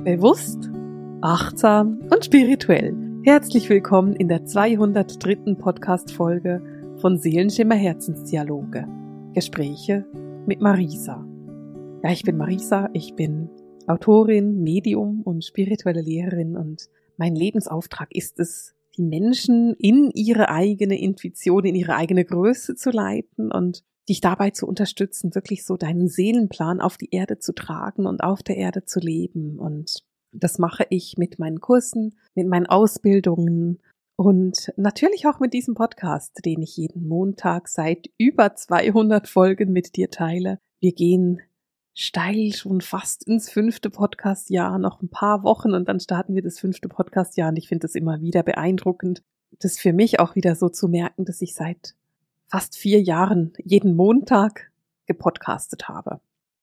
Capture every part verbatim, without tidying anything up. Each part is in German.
Bewusst, achtsam und spirituell. Herzlich willkommen in der zweihundertdritten Podcast-Folge von Seelenschimmer Herzensdialoge. Gespräche mit Marisa. Ja, ich bin Marisa, ich bin Autorin, Medium und spirituelle Lehrerin und mein Lebensauftrag ist es, die Menschen in ihre eigene Intuition, in ihre eigene Größe zu leiten und dich dabei zu unterstützen, wirklich so deinen Seelenplan auf die Erde zu tragen und auf der Erde zu leben. Und das mache ich mit meinen Kursen, mit meinen Ausbildungen und natürlich auch mit diesem Podcast, den ich jeden Montag seit über zweihundert Folgen mit dir teile. Wir gehen steil schon fast ins fünfte Podcast-Jahr, noch ein paar Wochen und dann starten wir das fünfte Podcast-Jahr und ich finde das immer wieder beeindruckend, das für mich auch wieder so zu merken, dass ich seit fast vier Jahren jeden Montag gepodcastet habe.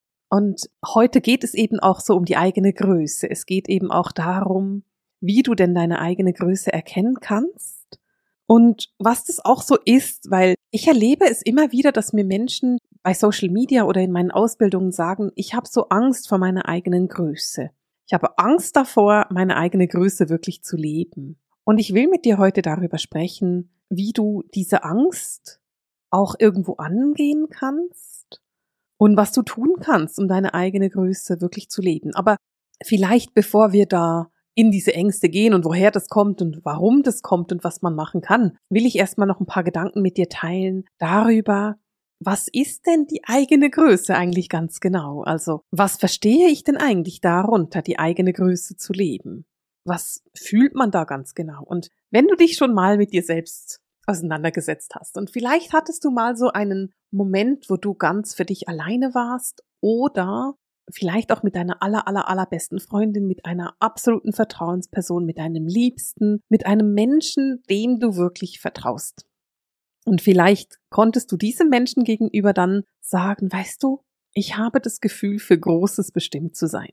Und heute geht es eben auch so um die eigene Größe. Es geht eben auch darum, wie du denn deine eigene Größe erkennen kannst und was das auch so ist, weil ich erlebe es immer wieder, dass mir Menschen bei Social Media oder in meinen Ausbildungen sagen, ich habe so Angst vor meiner eigenen Größe. Ich habe Angst davor, meine eigene Größe wirklich zu leben. Und ich will mit dir heute darüber sprechen, wie du diese Angst auch irgendwo angehen kannst und was du tun kannst, um deine eigene Größe wirklich zu leben. Aber vielleicht bevor wir da in diese Ängste gehen und woher das kommt und warum das kommt und was man machen kann, will ich erstmal noch ein paar Gedanken mit dir teilen darüber, was ist denn die eigene Größe eigentlich ganz genau? Also, was verstehe ich denn eigentlich darunter, die eigene Größe zu leben? Was fühlt man da ganz genau? Und wenn du dich schon mal mit dir selbst auseinandergesetzt hast und vielleicht hattest du mal so einen Moment, wo du ganz für dich alleine warst oder vielleicht auch mit deiner aller, aller, allerbesten Freundin, mit einer absoluten Vertrauensperson, mit deinem Liebsten, mit einem Menschen, dem du wirklich vertraust. Und vielleicht konntest du diesem Menschen gegenüber dann sagen, weißt du, ich habe das Gefühl, für Großes bestimmt zu sein.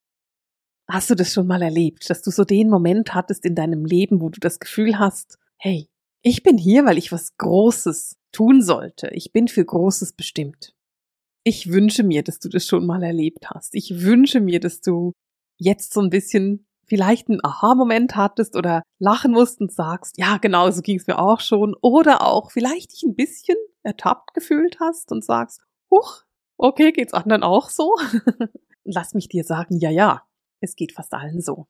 Hast du das schon mal erlebt, dass du so den Moment hattest in deinem Leben, wo du das Gefühl hast, hey, ich bin hier, weil ich was Großes tun sollte. Ich bin für Großes bestimmt. Ich wünsche mir, dass du das schon mal erlebt hast. Ich wünsche mir, dass du jetzt so ein bisschen vielleicht einen Aha-Moment hattest oder lachen musst und sagst, ja, genau, so ging es mir auch schon. Oder auch vielleicht dich ein bisschen ertappt gefühlt hast und sagst, huch, okay, geht's anderen auch so? Lass mich dir sagen, ja, ja, es geht fast allen so.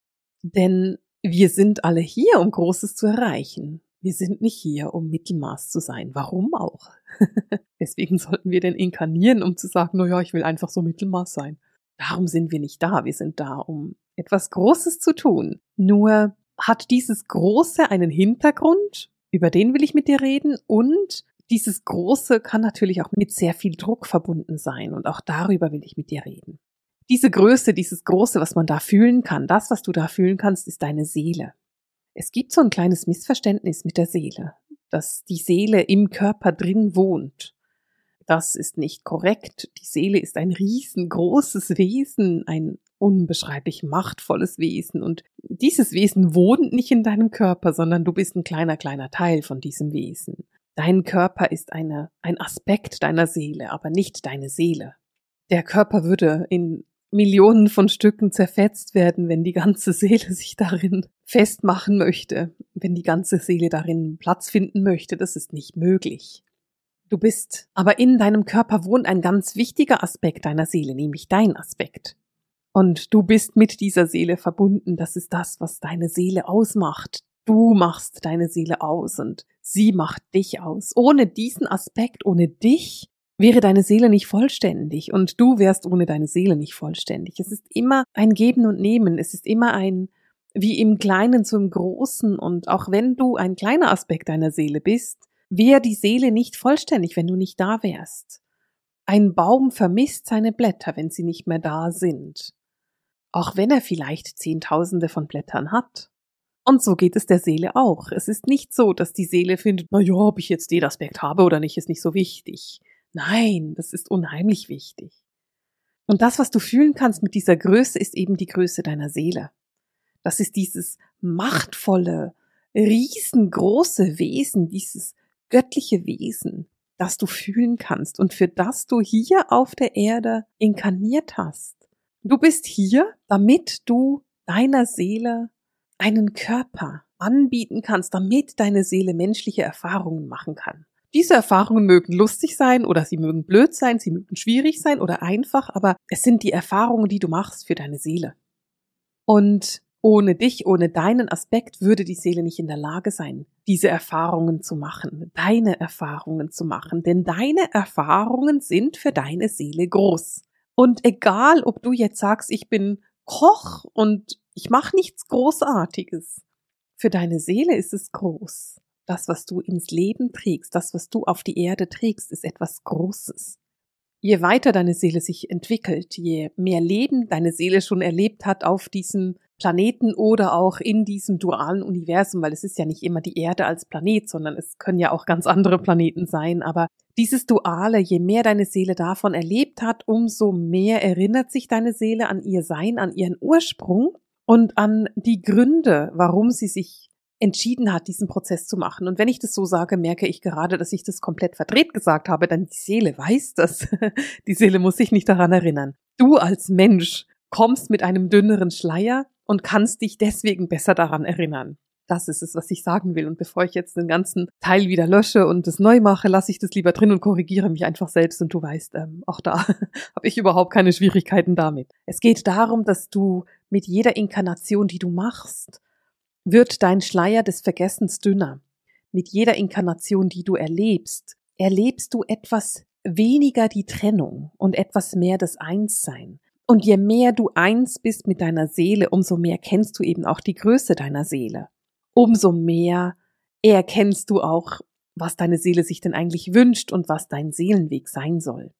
Denn wir sind alle hier, um Großes zu erreichen. Wir sind nicht hier, um Mittelmaß zu sein. Warum auch? Deswegen sollten wir denn inkarnieren, um zu sagen, na ja, ich will einfach so Mittelmaß sein. Darum sind wir nicht da. Wir sind da, um etwas Großes zu tun. Nur hat dieses Große einen Hintergrund, über den will ich mit dir reden, und dieses Große kann natürlich auch mit sehr viel Druck verbunden sein und auch darüber will ich mit dir reden. Diese Größe, dieses Große, was man da fühlen kann, das, was du da fühlen kannst, ist deine Seele. Es gibt so ein kleines Missverständnis mit der Seele, dass die Seele im Körper drin wohnt. Das ist nicht korrekt. Die Seele ist ein riesengroßes Wesen, ein unbeschreiblich machtvolles Wesen. Und dieses Wesen wohnt nicht in deinem Körper, sondern du bist ein kleiner, kleiner Teil von diesem Wesen. Dein Körper ist eine, ein Aspekt deiner Seele, aber nicht deine Seele. Der Körper würde in Millionen von Stücken zerfetzt werden, wenn die ganze Seele sich darin festmachen möchte, wenn die ganze Seele darin Platz finden möchte. Das ist nicht möglich. Du bist, aber in deinem Körper wohnt ein ganz wichtiger Aspekt deiner Seele, nämlich dein Aspekt. Und du bist mit dieser Seele verbunden. Das ist das, was deine Seele ausmacht. Du machst deine Seele aus und sie macht dich aus. Ohne diesen Aspekt, ohne dich, wäre deine Seele nicht vollständig und du wärst ohne deine Seele nicht vollständig. Es ist immer ein Geben und Nehmen. Es ist immer ein, wie im Kleinen zum Großen. Und auch wenn du ein kleiner Aspekt deiner Seele bist, wäre die Seele nicht vollständig, wenn du nicht da wärst. Ein Baum vermisst seine Blätter, wenn sie nicht mehr da sind. Auch wenn er vielleicht Zehntausende von Blättern hat. Und so geht es der Seele auch. Es ist nicht so, dass die Seele findet, na ja, ob ich jetzt den Aspekt habe oder nicht, ist nicht so wichtig. Nein, das ist unheimlich wichtig. Und das, was du fühlen kannst mit dieser Größe, ist eben die Größe deiner Seele. Das ist dieses machtvolle, riesengroße Wesen, dieses göttliche Wesen, das du fühlen kannst und für das du hier auf der Erde inkarniert hast. Du bist hier, damit du deiner Seele einen Körper anbieten kannst, damit deine Seele menschliche Erfahrungen machen kann. Diese Erfahrungen mögen lustig sein oder sie mögen blöd sein, sie mögen schwierig sein oder einfach, aber es sind die Erfahrungen, die du machst für deine Seele. Und ohne dich, ohne deinen Aspekt würde die Seele nicht in der Lage sein, diese Erfahrungen zu machen, deine Erfahrungen zu machen, denn deine Erfahrungen sind für deine Seele groß. Und egal, ob du jetzt sagst, ich bin Koch und ich mache nichts Großartiges, für deine Seele ist es groß. Das, was du ins Leben trägst, das, was du auf die Erde trägst, ist etwas Großes. Je weiter deine Seele sich entwickelt, je mehr Leben deine Seele schon erlebt hat auf diesem Planeten oder auch in diesem dualen Universum, weil es ist ja nicht immer die Erde als Planet, sondern es können ja auch ganz andere Planeten sein, aber dieses Duale, je mehr deine Seele davon erlebt hat, umso mehr erinnert sich deine Seele an ihr Sein, an ihren Ursprung und an die Gründe, warum sie sich entschieden hat, diesen Prozess zu machen. Und wenn ich das so sage, merke ich gerade, dass ich das komplett verdreht gesagt habe, denn die Seele weiß das. Die Seele muss sich nicht daran erinnern. Du als Mensch kommst mit einem dünneren Schleier und kannst dich deswegen besser daran erinnern. Das ist es, was ich sagen will. Und bevor ich jetzt den ganzen Teil wieder lösche und das neu mache, lasse ich das lieber drin und korrigiere mich einfach selbst. Und du weißt, ähm, auch da habe ich überhaupt keine Schwierigkeiten damit. Es geht darum, dass du mit jeder Inkarnation, die du machst, wird dein Schleier des Vergessens dünner. Mit jeder Inkarnation, die du erlebst, erlebst du etwas weniger die Trennung und etwas mehr das Einssein. Und je mehr du eins bist mit deiner Seele, umso mehr kennst du eben auch die Größe deiner Seele. Umso mehr erkennst du auch, was deine Seele sich denn eigentlich wünscht und was dein Seelenweg sein soll.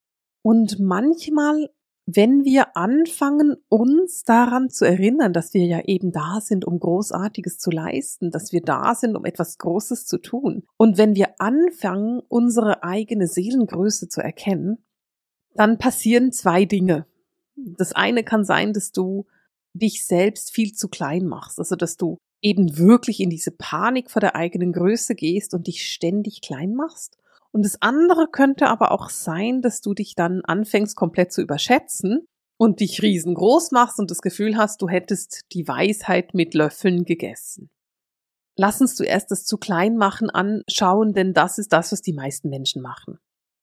Und manchmal, wenn wir anfangen, uns daran zu erinnern, dass wir ja eben da sind, um Großartiges zu leisten, dass wir da sind, um etwas Großes zu tun, und wenn wir anfangen, unsere eigene Seelengröße zu erkennen, dann passieren zwei Dinge. Das eine kann sein, dass du dich selbst viel zu klein machst, also dass du eben wirklich in diese Panik vor der eigenen Größe gehst und dich ständig klein machst. Und das andere könnte aber auch sein, dass du dich dann anfängst komplett zu überschätzen und dich riesengroß machst und das Gefühl hast, du hättest die Weisheit mit Löffeln gegessen. Lass uns zuerst das zu klein machen anschauen, denn das ist das, was die meisten Menschen machen.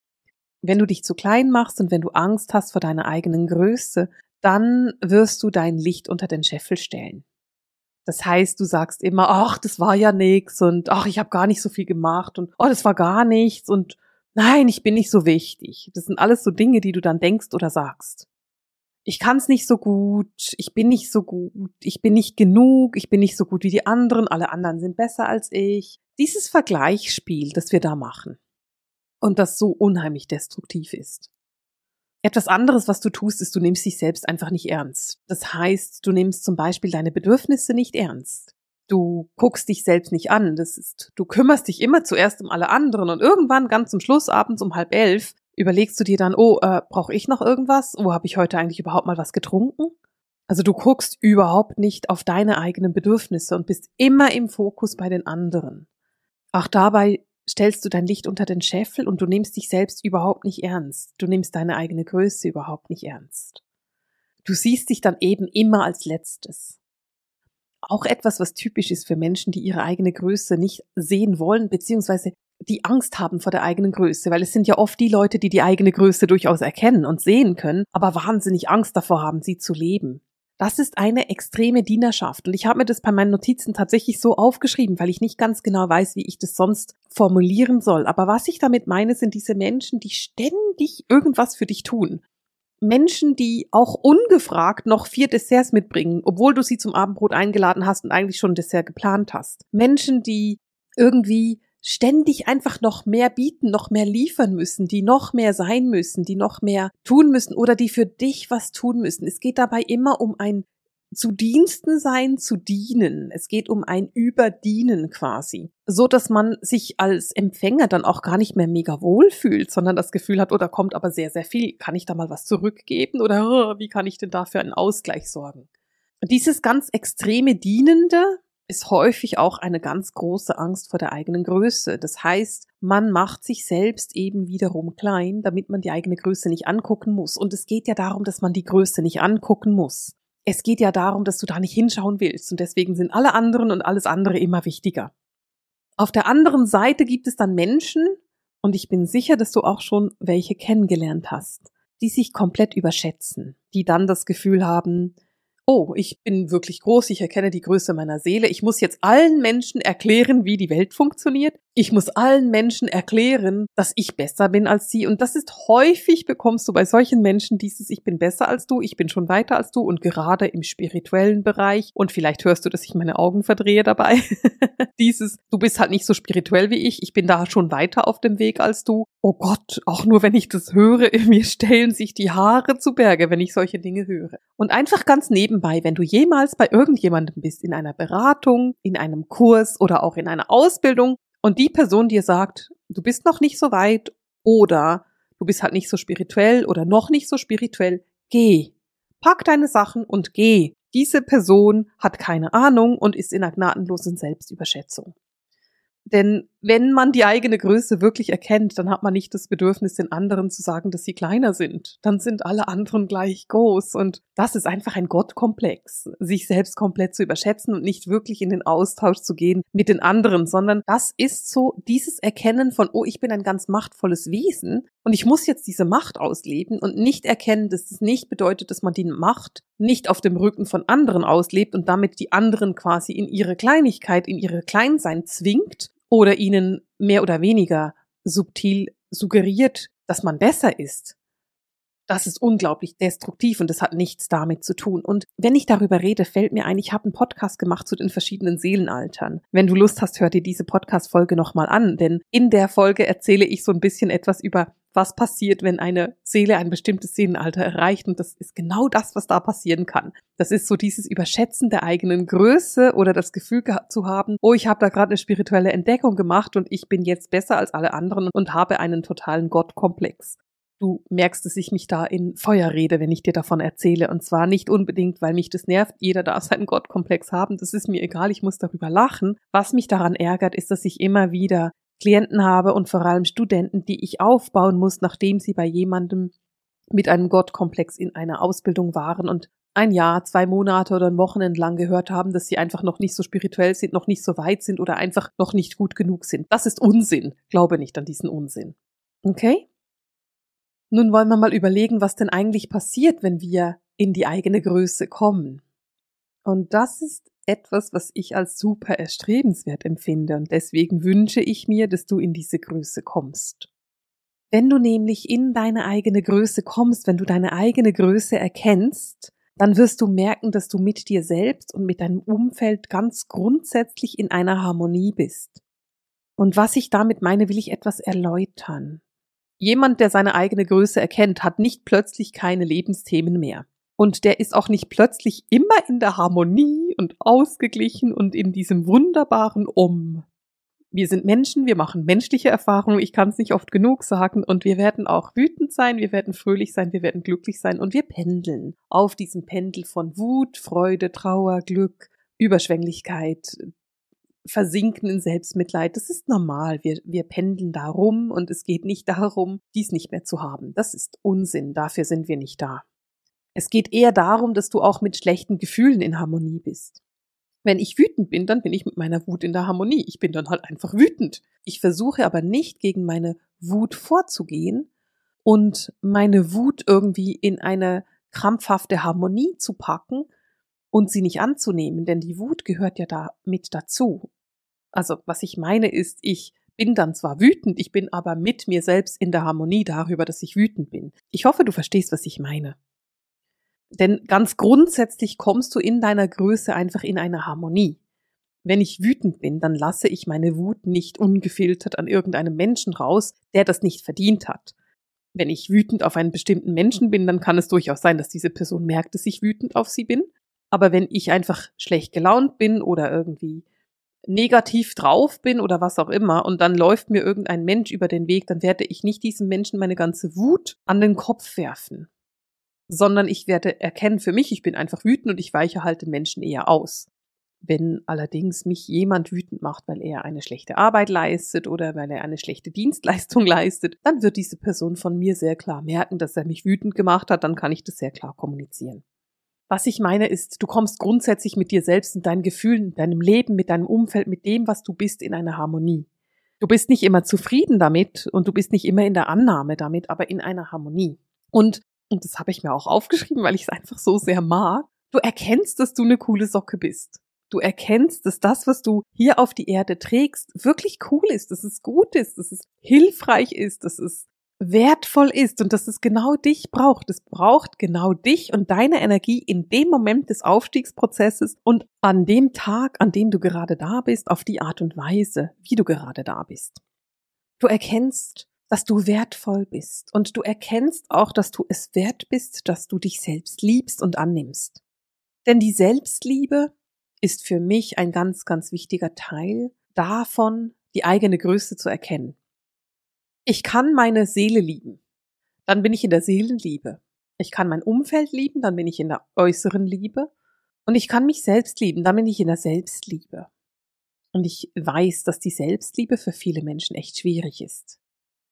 Wenn du dich zu klein machst und wenn du Angst hast vor deiner eigenen Größe, dann wirst du dein Licht unter den Scheffel stellen. Das heißt, du sagst immer, ach, das war ja nix und ach, ich habe gar nicht so viel gemacht und oh, das war gar nichts und nein, ich bin nicht so wichtig. Das sind alles so Dinge, die du dann denkst oder sagst. Ich kann's nicht so gut, ich bin nicht so gut, ich bin nicht genug, ich bin nicht so gut wie die anderen, alle anderen sind besser als ich. Dieses Vergleichsspiel, das wir da machen und das so unheimlich destruktiv ist. Etwas anderes, was du tust, ist, du nimmst dich selbst einfach nicht ernst. Das heißt, du nimmst zum Beispiel deine Bedürfnisse nicht ernst. Du guckst dich selbst nicht an. Das ist, du kümmerst dich immer zuerst um alle anderen und irgendwann, ganz zum Schluss, abends um halb elf, überlegst du dir dann, oh, äh, brauche ich noch irgendwas? Oh, habe ich heute eigentlich überhaupt mal was getrunken? Also du guckst überhaupt nicht auf deine eigenen Bedürfnisse und bist immer im Fokus bei den anderen. Auch dabei stellst du dein Licht unter den Scheffel und du nimmst dich selbst überhaupt nicht ernst. Du nimmst deine eigene Größe überhaupt nicht ernst. Du siehst dich dann eben immer als Letztes. Auch etwas, was typisch ist für Menschen, die ihre eigene Größe nicht sehen wollen, beziehungsweise die Angst haben vor der eigenen Größe, weil es sind ja oft die Leute, die die eigene Größe durchaus erkennen und sehen können, aber wahnsinnig Angst davor haben, sie zu leben. Das ist eine extreme Dienerschaft und ich habe mir das bei meinen Notizen tatsächlich so aufgeschrieben, weil ich nicht ganz genau weiß, wie ich das sonst formulieren soll. Aber was ich damit meine, sind diese Menschen, die ständig irgendwas für dich tun. Menschen, die auch ungefragt noch vier Desserts mitbringen, obwohl du sie zum Abendbrot eingeladen hast und eigentlich schon ein Dessert geplant hast. Menschen, die irgendwie ständig einfach noch mehr bieten, noch mehr liefern müssen, die noch mehr sein müssen, die noch mehr tun müssen oder die für dich was tun müssen. Es geht dabei immer um ein zu Diensten sein, zu dienen. Es geht um ein Überdienen quasi, so dass man sich als Empfänger dann auch gar nicht mehr mega wohl fühlt, sondern das Gefühl hat, oh, da kommt aber sehr, sehr viel. Kann ich da mal was zurückgeben oder oh, wie kann ich denn da für einen Ausgleich sorgen? Dieses ganz extreme Dienende ist häufig auch eine ganz große Angst vor der eigenen Größe. Das heißt, man macht sich selbst eben wiederum klein, damit man die eigene Größe nicht angucken muss. Und es geht ja darum, dass man die Größe nicht angucken muss. Es geht ja darum, dass du da nicht hinschauen willst. Und deswegen sind alle anderen und alles andere immer wichtiger. Auf der anderen Seite gibt es dann Menschen, und ich bin sicher, dass du auch schon welche kennengelernt hast, die sich komplett überschätzen, die dann das Gefühl haben, oh, ich bin wirklich groß, ich erkenne die Größe meiner Seele, ich muss jetzt allen Menschen erklären, wie die Welt funktioniert, ich muss allen Menschen erklären, dass ich besser bin als sie, und das ist häufig, bekommst du bei solchen Menschen dieses, ich bin besser als du, ich bin schon weiter als du, und gerade im spirituellen Bereich, und vielleicht hörst du, dass ich meine Augen verdrehe dabei, dieses, du bist halt nicht so spirituell wie ich, ich bin da schon weiter auf dem Weg als du, oh Gott, auch nur wenn ich das höre, mir stellen sich die Haare zu Berge, wenn ich solche Dinge höre. Und einfach ganz nebenbei, wenn du jemals bei irgendjemandem bist, in einer Beratung, in einem Kurs oder auch in einer Ausbildung, und die Person dir sagt, du bist noch nicht so weit oder du bist halt nicht so spirituell oder noch nicht so spirituell, geh. Pack deine Sachen und geh. Diese Person hat keine Ahnung und ist in einer gnadenlosen Selbstüberschätzung. Denn wenn man die eigene Größe wirklich erkennt, dann hat man nicht das Bedürfnis, den anderen zu sagen, dass sie kleiner sind. Dann sind alle anderen gleich groß. Und das ist einfach ein Gottkomplex, sich selbst komplett zu überschätzen und nicht wirklich in den Austausch zu gehen mit den anderen, sondern das ist so dieses Erkennen von, oh, ich bin ein ganz machtvolles Wesen und ich muss jetzt diese Macht ausleben und nicht erkennen, dass es nicht bedeutet, dass man die Macht nicht auf dem Rücken von anderen auslebt und damit die anderen quasi in ihre Kleinigkeit, in ihre Kleinsein zwingt, oder ihnen mehr oder weniger subtil suggeriert, dass man besser ist. Das ist unglaublich destruktiv und das hat nichts damit zu tun. Und wenn ich darüber rede, fällt mir ein, ich habe einen Podcast gemacht zu den verschiedenen Seelenaltern. Wenn du Lust hast, hör dir diese Podcast-Folge nochmal an, denn in der Folge erzähle ich so ein bisschen etwas über, was passiert, wenn eine Seele ein bestimmtes Seelenalter erreicht, und das ist genau das, was da passieren kann. Das ist so dieses Überschätzen der eigenen Größe oder das Gefühl gehabt zu haben, oh, ich habe da gerade eine spirituelle Entdeckung gemacht und ich bin jetzt besser als alle anderen und habe einen totalen Gottkomplex. Du merkst, dass ich mich da in Feuer rede, wenn ich dir davon erzähle. Und zwar nicht unbedingt, weil mich das nervt. Jeder darf seinen Gottkomplex haben. Das ist mir egal. Ich muss darüber lachen. Was mich daran ärgert, ist, dass ich immer wieder Klienten habe und vor allem Studenten, die ich aufbauen muss, nachdem sie bei jemandem mit einem Gottkomplex in einer Ausbildung waren und ein Jahr, zwei Monate oder ein Wochenende lang gehört haben, dass sie einfach noch nicht so spirituell sind, noch nicht so weit sind oder einfach noch nicht gut genug sind. Das ist Unsinn. Glaube nicht an diesen Unsinn. Okay? Nun wollen wir mal überlegen, was denn eigentlich passiert, wenn wir in die eigene Größe kommen. Und das ist etwas, was ich als super erstrebenswert empfinde, und deswegen wünsche ich mir, dass du in diese Größe kommst. Wenn du nämlich in deine eigene Größe kommst, wenn du deine eigene Größe erkennst, dann wirst du merken, dass du mit dir selbst und mit deinem Umfeld ganz grundsätzlich in einer Harmonie bist. Und was ich damit meine, will ich etwas erläutern. Jemand, der seine eigene Größe erkennt, hat nicht plötzlich keine Lebensthemen mehr. Und der ist auch nicht plötzlich immer in der Harmonie und ausgeglichen und in diesem wunderbaren Um. Wir sind Menschen, wir machen menschliche Erfahrungen, ich kann es nicht oft genug sagen, und wir werden auch wütend sein, wir werden fröhlich sein, wir werden glücklich sein, und wir pendeln auf diesem Pendel von Wut, Freude, Trauer, Glück, Überschwänglichkeit, Versinken in Selbstmitleid. Das ist normal. Wir, wir pendeln da rum, und es geht nicht darum, dies nicht mehr zu haben. Das ist Unsinn. Dafür sind wir nicht da. Es geht eher darum, dass du auch mit schlechten Gefühlen in Harmonie bist. Wenn ich wütend bin, dann bin ich mit meiner Wut in der Harmonie. Ich bin dann halt einfach wütend. Ich versuche aber nicht, gegen meine Wut vorzugehen und meine Wut irgendwie in eine krampfhafte Harmonie zu packen und sie nicht anzunehmen, denn die Wut gehört ja da mit dazu. Also, was ich meine ist, ich bin dann zwar wütend, ich bin aber mit mir selbst in der Harmonie darüber, dass ich wütend bin. Ich hoffe, du verstehst, was ich meine. Denn ganz grundsätzlich kommst du in deiner Größe einfach in eine Harmonie. Wenn ich wütend bin, dann lasse ich meine Wut nicht ungefiltert an irgendeinem Menschen raus, der das nicht verdient hat. Wenn ich wütend auf einen bestimmten Menschen bin, dann kann es durchaus sein, dass diese Person merkt, dass ich wütend auf sie bin. Aber wenn ich einfach schlecht gelaunt bin oder irgendwie negativ drauf bin oder was auch immer und dann läuft mir irgendein Mensch über den Weg, dann werde ich nicht diesem Menschen meine ganze Wut an den Kopf werfen, sondern ich werde erkennen für mich, ich bin einfach wütend und ich weiche halt den Menschen eher aus. Wenn allerdings mich jemand wütend macht, weil er eine schlechte Arbeit leistet oder weil er eine schlechte Dienstleistung leistet, dann wird diese Person von mir sehr klar merken, dass er mich wütend gemacht hat, dann kann ich das sehr klar kommunizieren. Was ich meine ist, du kommst grundsätzlich mit dir selbst und deinen Gefühlen, mit deinem Leben, mit deinem Umfeld, mit dem, was du bist, in eine Harmonie. Du bist nicht immer zufrieden damit und du bist nicht immer in der Annahme damit, aber in einer Harmonie. Und, und das habe ich mir auch aufgeschrieben, weil ich es einfach so sehr mag, du erkennst, dass du eine coole Socke bist. Du erkennst, dass das, was du hier auf die Erde trägst, wirklich cool ist, dass es gut ist, dass es hilfreich ist, dass es wertvoll ist und dass es genau dich braucht. Es braucht genau dich und deine Energie in dem Moment des Aufstiegsprozesses und an dem Tag, an dem du gerade da bist, auf die Art und Weise, wie du gerade da bist. Du erkennst, dass du wertvoll bist und du erkennst auch, dass du es wert bist, dass du dich selbst liebst und annimmst. Denn die Selbstliebe ist für mich ein ganz, ganz wichtiger Teil davon, die eigene Größe zu erkennen. Ich kann meine Seele lieben, dann bin ich in der Seelenliebe. Ich kann mein Umfeld lieben, dann bin ich in der äußeren Liebe. Und ich kann mich selbst lieben, dann bin ich in der Selbstliebe. Und ich weiß, dass die Selbstliebe für viele Menschen echt schwierig ist.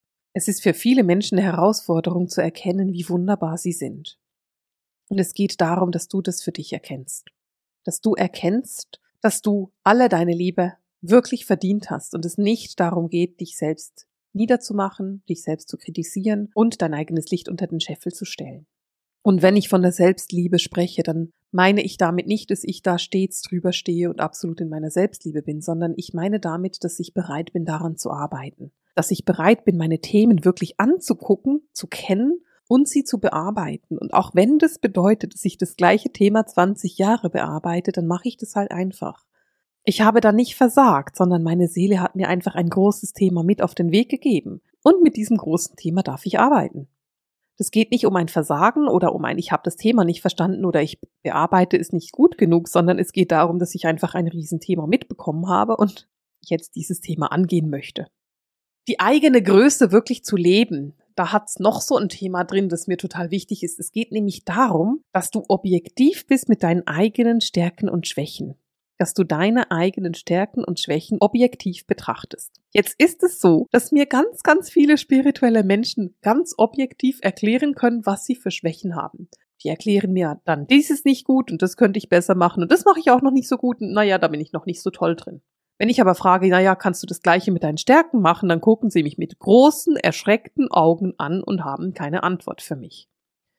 Es ist für viele Menschen eine Herausforderung zu erkennen, wie wunderbar sie sind. Und es geht darum, dass du das für dich erkennst. Dass du erkennst, dass du alle deine Liebe wirklich verdient hast und es nicht darum geht, dich selbst niederzumachen, dich selbst zu kritisieren und dein eigenes Licht unter den Scheffel zu stellen. Und wenn ich von der Selbstliebe spreche, dann meine ich damit nicht, dass ich da stets drüber stehe und absolut in meiner Selbstliebe bin, sondern ich meine damit, dass ich bereit bin, daran zu arbeiten. Dass ich bereit bin, meine Themen wirklich anzugucken, zu kennen und sie zu bearbeiten. Und auch wenn das bedeutet, dass ich das gleiche Thema zwanzig Jahre bearbeite, dann mache ich das halt einfach. Ich habe da nicht versagt, sondern meine Seele hat mir einfach ein großes Thema mit auf den Weg gegeben. Und mit diesem großen Thema darf ich arbeiten. Das geht nicht um ein Versagen oder um ein, ich habe das Thema nicht verstanden oder ich bearbeite es nicht gut genug, sondern es geht darum, dass ich einfach ein Riesenthema mitbekommen habe und jetzt dieses Thema angehen möchte. Die eigene Größe wirklich zu leben, da hat's noch so ein Thema drin, das mir total wichtig ist. Es geht nämlich darum, dass du objektiv bist mit deinen eigenen Stärken und Schwächen. Dass du deine eigenen Stärken und Schwächen objektiv betrachtest. Jetzt ist es so, dass mir ganz, ganz viele spirituelle Menschen ganz objektiv erklären können, was sie für Schwächen haben. Die erklären mir dann, dies ist nicht gut und das könnte ich besser machen und das mache ich auch noch nicht so gut und naja, da bin ich noch nicht so toll drin. Wenn ich aber frage, naja, kannst du das Gleiche mit deinen Stärken machen, dann gucken sie mich mit großen, erschreckten Augen an und haben keine Antwort für mich.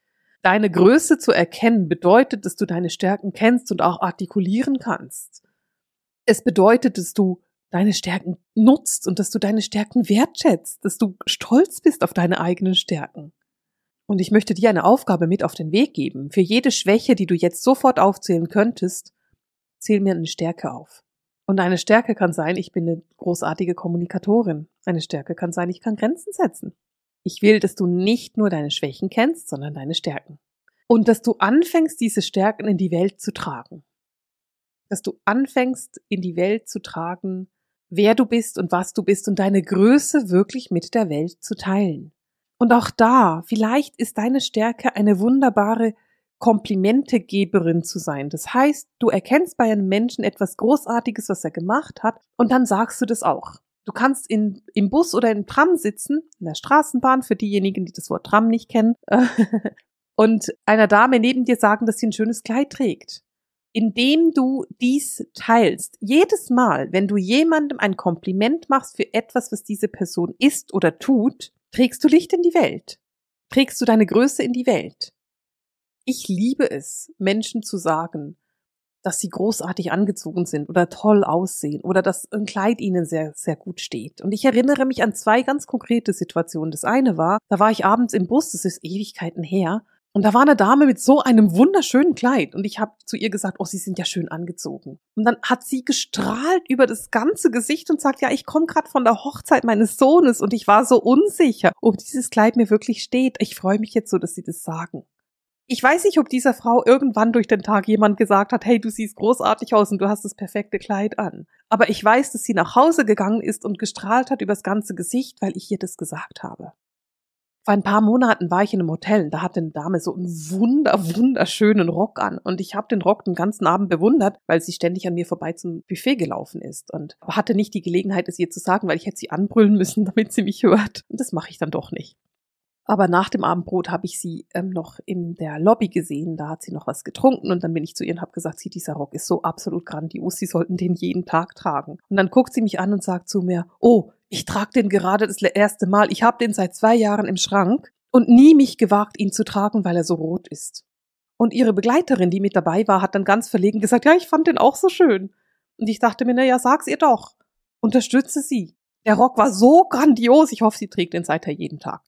Deine Größe zu erkennen bedeutet, dass du deine Stärken kennst und auch artikulieren kannst. Es bedeutet, dass du deine Stärken nutzt und dass du deine Stärken wertschätzt, dass du stolz bist auf deine eigenen Stärken. Und ich möchte dir eine Aufgabe mit auf den Weg geben. Für jede Schwäche, die du jetzt sofort aufzählen könntest, zähl mir eine Stärke auf. Und eine Stärke kann sein, ich bin eine großartige Kommunikatorin. Eine Stärke kann sein, ich kann Grenzen setzen. Ich will, dass du nicht nur deine Schwächen kennst, sondern deine Stärken. Und dass du anfängst, diese Stärken in die Welt zu tragen. Dass du anfängst, in die Welt zu tragen, wer du bist und was du bist und deine Größe wirklich mit der Welt zu teilen. Und auch da, vielleicht ist deine Stärke eine wunderbare Komplimentegeberin zu sein. Das heißt, du erkennst bei einem Menschen etwas Großartiges, was er gemacht hat, und dann sagst du das auch. Du kannst in, im Bus oder im Tram sitzen, in der Straßenbahn, für diejenigen, die das Wort Tram nicht kennen, und einer Dame neben dir sagen, dass sie ein schönes Kleid trägt. Indem du dies teilst, jedes Mal, wenn du jemandem ein Kompliment machst für etwas, was diese Person ist oder tut, trägst du Licht in die Welt. Trägst du deine Größe in die Welt. Ich liebe es, Menschen zu sagen, dass sie großartig angezogen sind oder toll aussehen oder dass ein Kleid ihnen sehr, sehr gut steht. Und ich erinnere mich an zwei ganz konkrete Situationen. Das eine war, da war ich abends im Bus, das ist Ewigkeiten her, und da war eine Dame mit so einem wunderschönen Kleid und ich habe zu ihr gesagt, oh, Sie sind ja schön angezogen. Und dann hat sie gestrahlt über das ganze Gesicht und sagt, ja, ich komme gerade von der Hochzeit meines Sohnes und ich war so unsicher, ob dieses Kleid mir wirklich steht. Ich freue mich jetzt so, dass Sie das sagen. Ich weiß nicht, ob dieser Frau irgendwann durch den Tag jemand gesagt hat, hey, du siehst großartig aus und du hast das perfekte Kleid an. Aber ich weiß, dass sie nach Hause gegangen ist und gestrahlt hat übers ganze Gesicht, weil ich ihr das gesagt habe. Vor ein paar Monaten war ich in einem Hotel und da hatte eine Dame so einen wunder, wunderschönen Rock an. Und ich habe den Rock den ganzen Abend bewundert, weil sie ständig an mir vorbei zum Buffet gelaufen ist. Und hatte nicht die Gelegenheit, es ihr zu sagen, weil ich hätte sie anbrüllen müssen, damit sie mich hört. Und das mache ich dann doch nicht. Aber nach dem Abendbrot habe ich sie ähm, noch in der Lobby gesehen. Da hat sie noch was getrunken und dann bin ich zu ihr und habe gesagt, sie, dieser Rock ist so absolut grandios, Sie sollten den jeden Tag tragen. Und dann guckt sie mich an und sagt zu mir, oh, ich trage den gerade das erste Mal. Ich habe den seit zwei Jahren im Schrank und nie mich gewagt, ihn zu tragen, weil er so rot ist. Und ihre Begleiterin, die mit dabei war, hat dann ganz verlegen gesagt, ja, ich fand den auch so schön. Und ich dachte mir, na ja, sag's ihr doch. Unterstütze sie. Der Rock war so grandios. Ich hoffe, sie trägt den seither jeden Tag.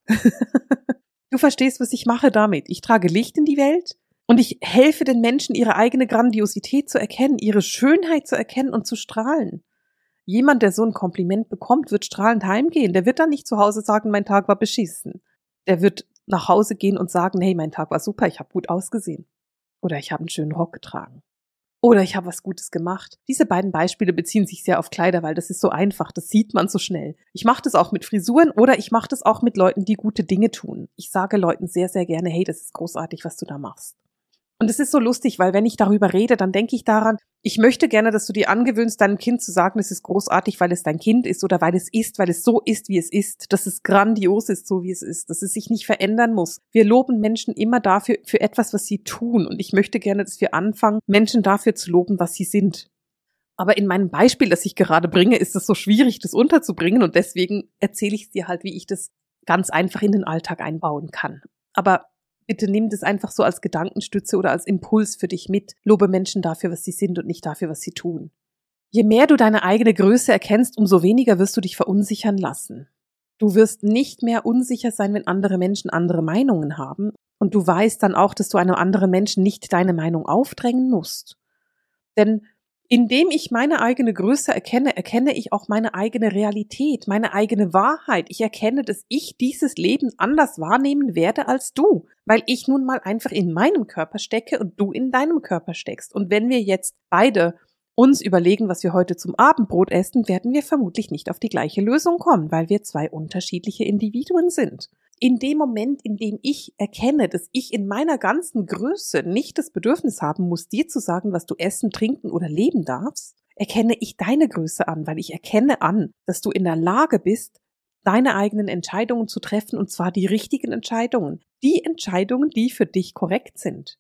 Du verstehst, was ich mache damit. Ich trage Licht in die Welt und ich helfe den Menschen, ihre eigene Grandiosität zu erkennen, ihre Schönheit zu erkennen und zu strahlen. Jemand, der so ein Kompliment bekommt, wird strahlend heimgehen. Der wird dann nicht zu Hause sagen, mein Tag war beschissen. Der wird nach Hause gehen und sagen, hey, mein Tag war super, ich habe gut ausgesehen. Oder ich habe einen schönen Rock getragen. Oder ich habe was Gutes gemacht. Diese beiden Beispiele beziehen sich sehr auf Kleider, weil das ist so einfach, das sieht man so schnell. Ich mache das auch mit Frisuren oder ich mache das auch mit Leuten, die gute Dinge tun. Ich sage Leuten sehr, sehr gerne, hey, das ist großartig, was du da machst. Und es ist so lustig, weil wenn ich darüber rede, dann denke ich daran, ich möchte gerne, dass du dir angewöhnst, deinem Kind zu sagen, es ist großartig, weil es dein Kind ist oder weil es ist, weil es so ist, wie es ist, dass es grandios ist, so wie es ist, dass es sich nicht verändern muss. Wir loben Menschen immer dafür, für etwas, was sie tun. Und ich möchte gerne, dass wir anfangen, Menschen dafür zu loben, was sie sind. Aber in meinem Beispiel, das ich gerade bringe, ist es so schwierig, das unterzubringen. Und deswegen erzähle ich dir halt, wie ich das ganz einfach in den Alltag einbauen kann. Aber bitte nimm das einfach so als Gedankenstütze oder als Impuls für dich mit. Lobe Menschen dafür, was sie sind und nicht dafür, was sie tun. Je mehr du deine eigene Größe erkennst, umso weniger wirst du dich verunsichern lassen. Du wirst nicht mehr unsicher sein, wenn andere Menschen andere Meinungen haben. Und du weißt dann auch, dass du einem anderen Menschen nicht deine Meinung aufdrängen musst. Denn indem ich meine eigene Größe erkenne, erkenne ich auch meine eigene Realität, meine eigene Wahrheit. Ich erkenne, dass ich dieses Leben anders wahrnehmen werde als du, weil ich nun mal einfach in meinem Körper stecke und du in deinem Körper steckst. Und wenn wir jetzt beide uns überlegen, was wir heute zum Abendbrot essen, werden wir vermutlich nicht auf die gleiche Lösung kommen, weil wir zwei unterschiedliche Individuen sind. In dem Moment, in dem ich erkenne, dass ich in meiner ganzen Größe nicht das Bedürfnis haben muss, dir zu sagen, was du essen, trinken oder leben darfst, erkenne ich deine Größe an, weil ich erkenne an, dass du in der Lage bist, deine eigenen Entscheidungen zu treffen, und zwar die richtigen Entscheidungen, die Entscheidungen, die für dich korrekt sind.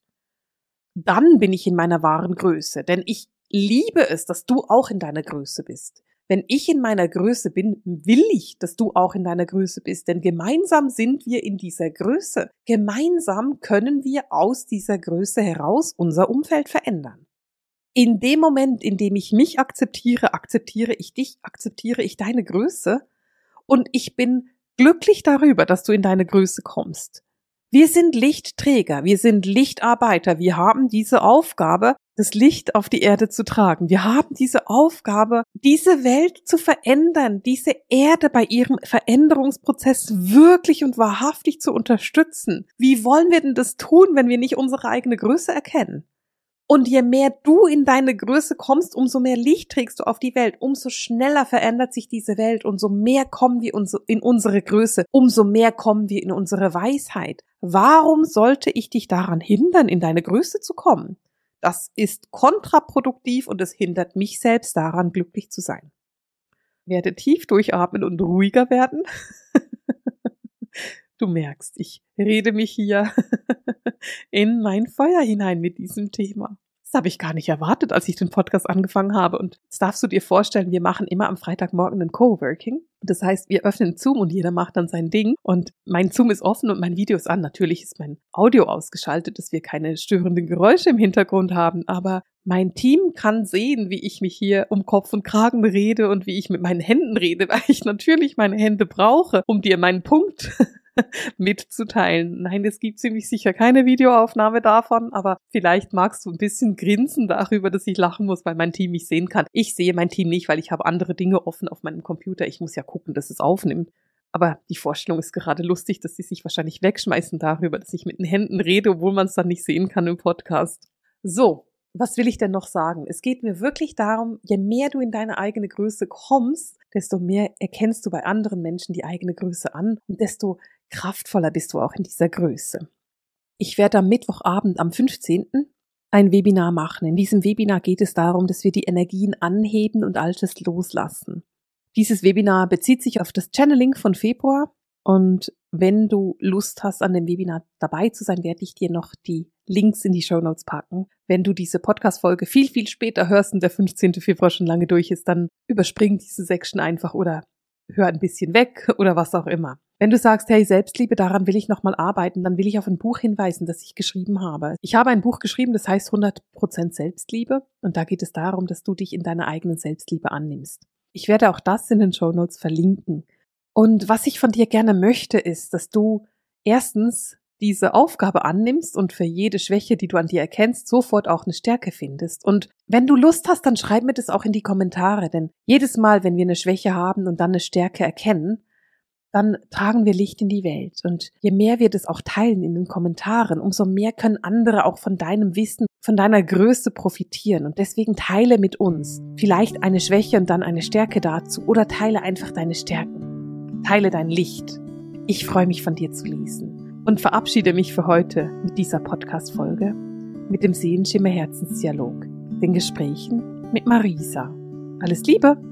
Dann bin ich in meiner wahren Größe, denn ich liebe es, dass du auch in deiner Größe bist. Wenn ich in meiner Größe bin, will ich, dass du auch in deiner Größe bist, denn gemeinsam sind wir in dieser Größe. Gemeinsam können wir aus dieser Größe heraus unser Umfeld verändern. In dem Moment, in dem ich mich akzeptiere, akzeptiere ich dich, akzeptiere ich deine Größe und ich bin glücklich darüber, dass du in deine Größe kommst. Wir sind Lichtträger, wir sind Lichtarbeiter, wir haben diese Aufgabe, das Licht auf die Erde zu tragen. Wir haben diese Aufgabe, diese Welt zu verändern, diese Erde bei ihrem Veränderungsprozess wirklich und wahrhaftig zu unterstützen. Wie wollen wir denn das tun, wenn wir nicht unsere eigene Größe erkennen? Und je mehr du in deine Größe kommst, umso mehr Licht trägst du auf die Welt, umso schneller verändert sich diese Welt, umso mehr kommen wir in unsere Größe, umso mehr kommen wir in unsere Weisheit. Warum sollte ich dich daran hindern, in deine Größe zu kommen? Das ist kontraproduktiv und es hindert mich selbst daran, glücklich zu sein. Werde tief durchatmen und ruhiger werden. Du merkst, ich rede mich hier in mein Feuer hinein mit diesem Thema. Das habe ich gar nicht erwartet, als ich den Podcast angefangen habe. Und jetzt darfst du dir vorstellen, wir machen immer am Freitagmorgen ein Coworking. Das heißt, wir öffnen Zoom und jeder macht dann sein Ding. Und mein Zoom ist offen und mein Video ist an. Natürlich ist mein Audio ausgeschaltet, dass wir keine störenden Geräusche im Hintergrund haben. Aber mein Team kann sehen, wie ich mich hier um Kopf und Kragen rede und wie ich mit meinen Händen rede, weil ich natürlich meine Hände brauche, um dir meinen Punkt mitzuteilen. Nein, es gibt ziemlich sicher keine Videoaufnahme davon, aber vielleicht magst du ein bisschen grinsen darüber, dass ich lachen muss, weil mein Team mich sehen kann. Ich sehe mein Team nicht, weil ich habe andere Dinge offen auf meinem Computer. Ich muss ja gucken, dass es aufnimmt. Aber die Vorstellung ist gerade lustig, dass sie sich wahrscheinlich wegschmeißen darüber, dass ich mit den Händen rede, obwohl man es dann nicht sehen kann im Podcast. So, was will ich denn noch sagen? Es geht mir wirklich darum, je mehr du in deine eigene Größe kommst, desto mehr erkennst du bei anderen Menschen die eigene Größe an und desto kraftvoller bist du auch in dieser Größe. Ich werde am Mittwochabend am fünfzehnten ein Webinar machen. In diesem Webinar geht es darum, dass wir die Energien anheben und Altes loslassen. Dieses Webinar bezieht sich auf das Channeling von Februar und wenn du Lust hast, an dem Webinar dabei zu sein, werde ich dir noch die Links in die Shownotes packen. Wenn du diese Podcast-Folge viel, viel später hörst und der fünfzehnten Februar schon lange durch ist, dann überspring diese Section einfach oder hör ein bisschen weg oder was auch immer. Wenn du sagst, hey, Selbstliebe, daran will ich nochmal arbeiten, dann will ich auf ein Buch hinweisen, das ich geschrieben habe. Ich habe ein Buch geschrieben, das heißt hundert Prozent Selbstliebe und da geht es darum, dass du dich in deiner eigenen Selbstliebe annimmst. Ich werde auch das in den Shownotes verlinken. Und was ich von dir gerne möchte, ist, dass du erstens diese Aufgabe annimmst und für jede Schwäche, die du an dir erkennst, sofort auch eine Stärke findest. Und wenn du Lust hast, dann schreib mir das auch in die Kommentare, denn jedes Mal, wenn wir eine Schwäche haben und dann eine Stärke erkennen, dann tragen wir Licht in die Welt. Und je mehr wir das auch teilen in den Kommentaren, umso mehr können andere auch von deinem Wissen, von deiner Größe profitieren. Und deswegen teile mit uns vielleicht eine Schwäche und dann eine Stärke dazu oder teile einfach deine Stärken. Teile dein Licht. Ich freue mich, von dir zu lesen und verabschiede mich für heute mit dieser Podcast-Folge, mit dem Seelenschimmer Herzensdialog, den Gesprächen mit Marisa. Alles Liebe!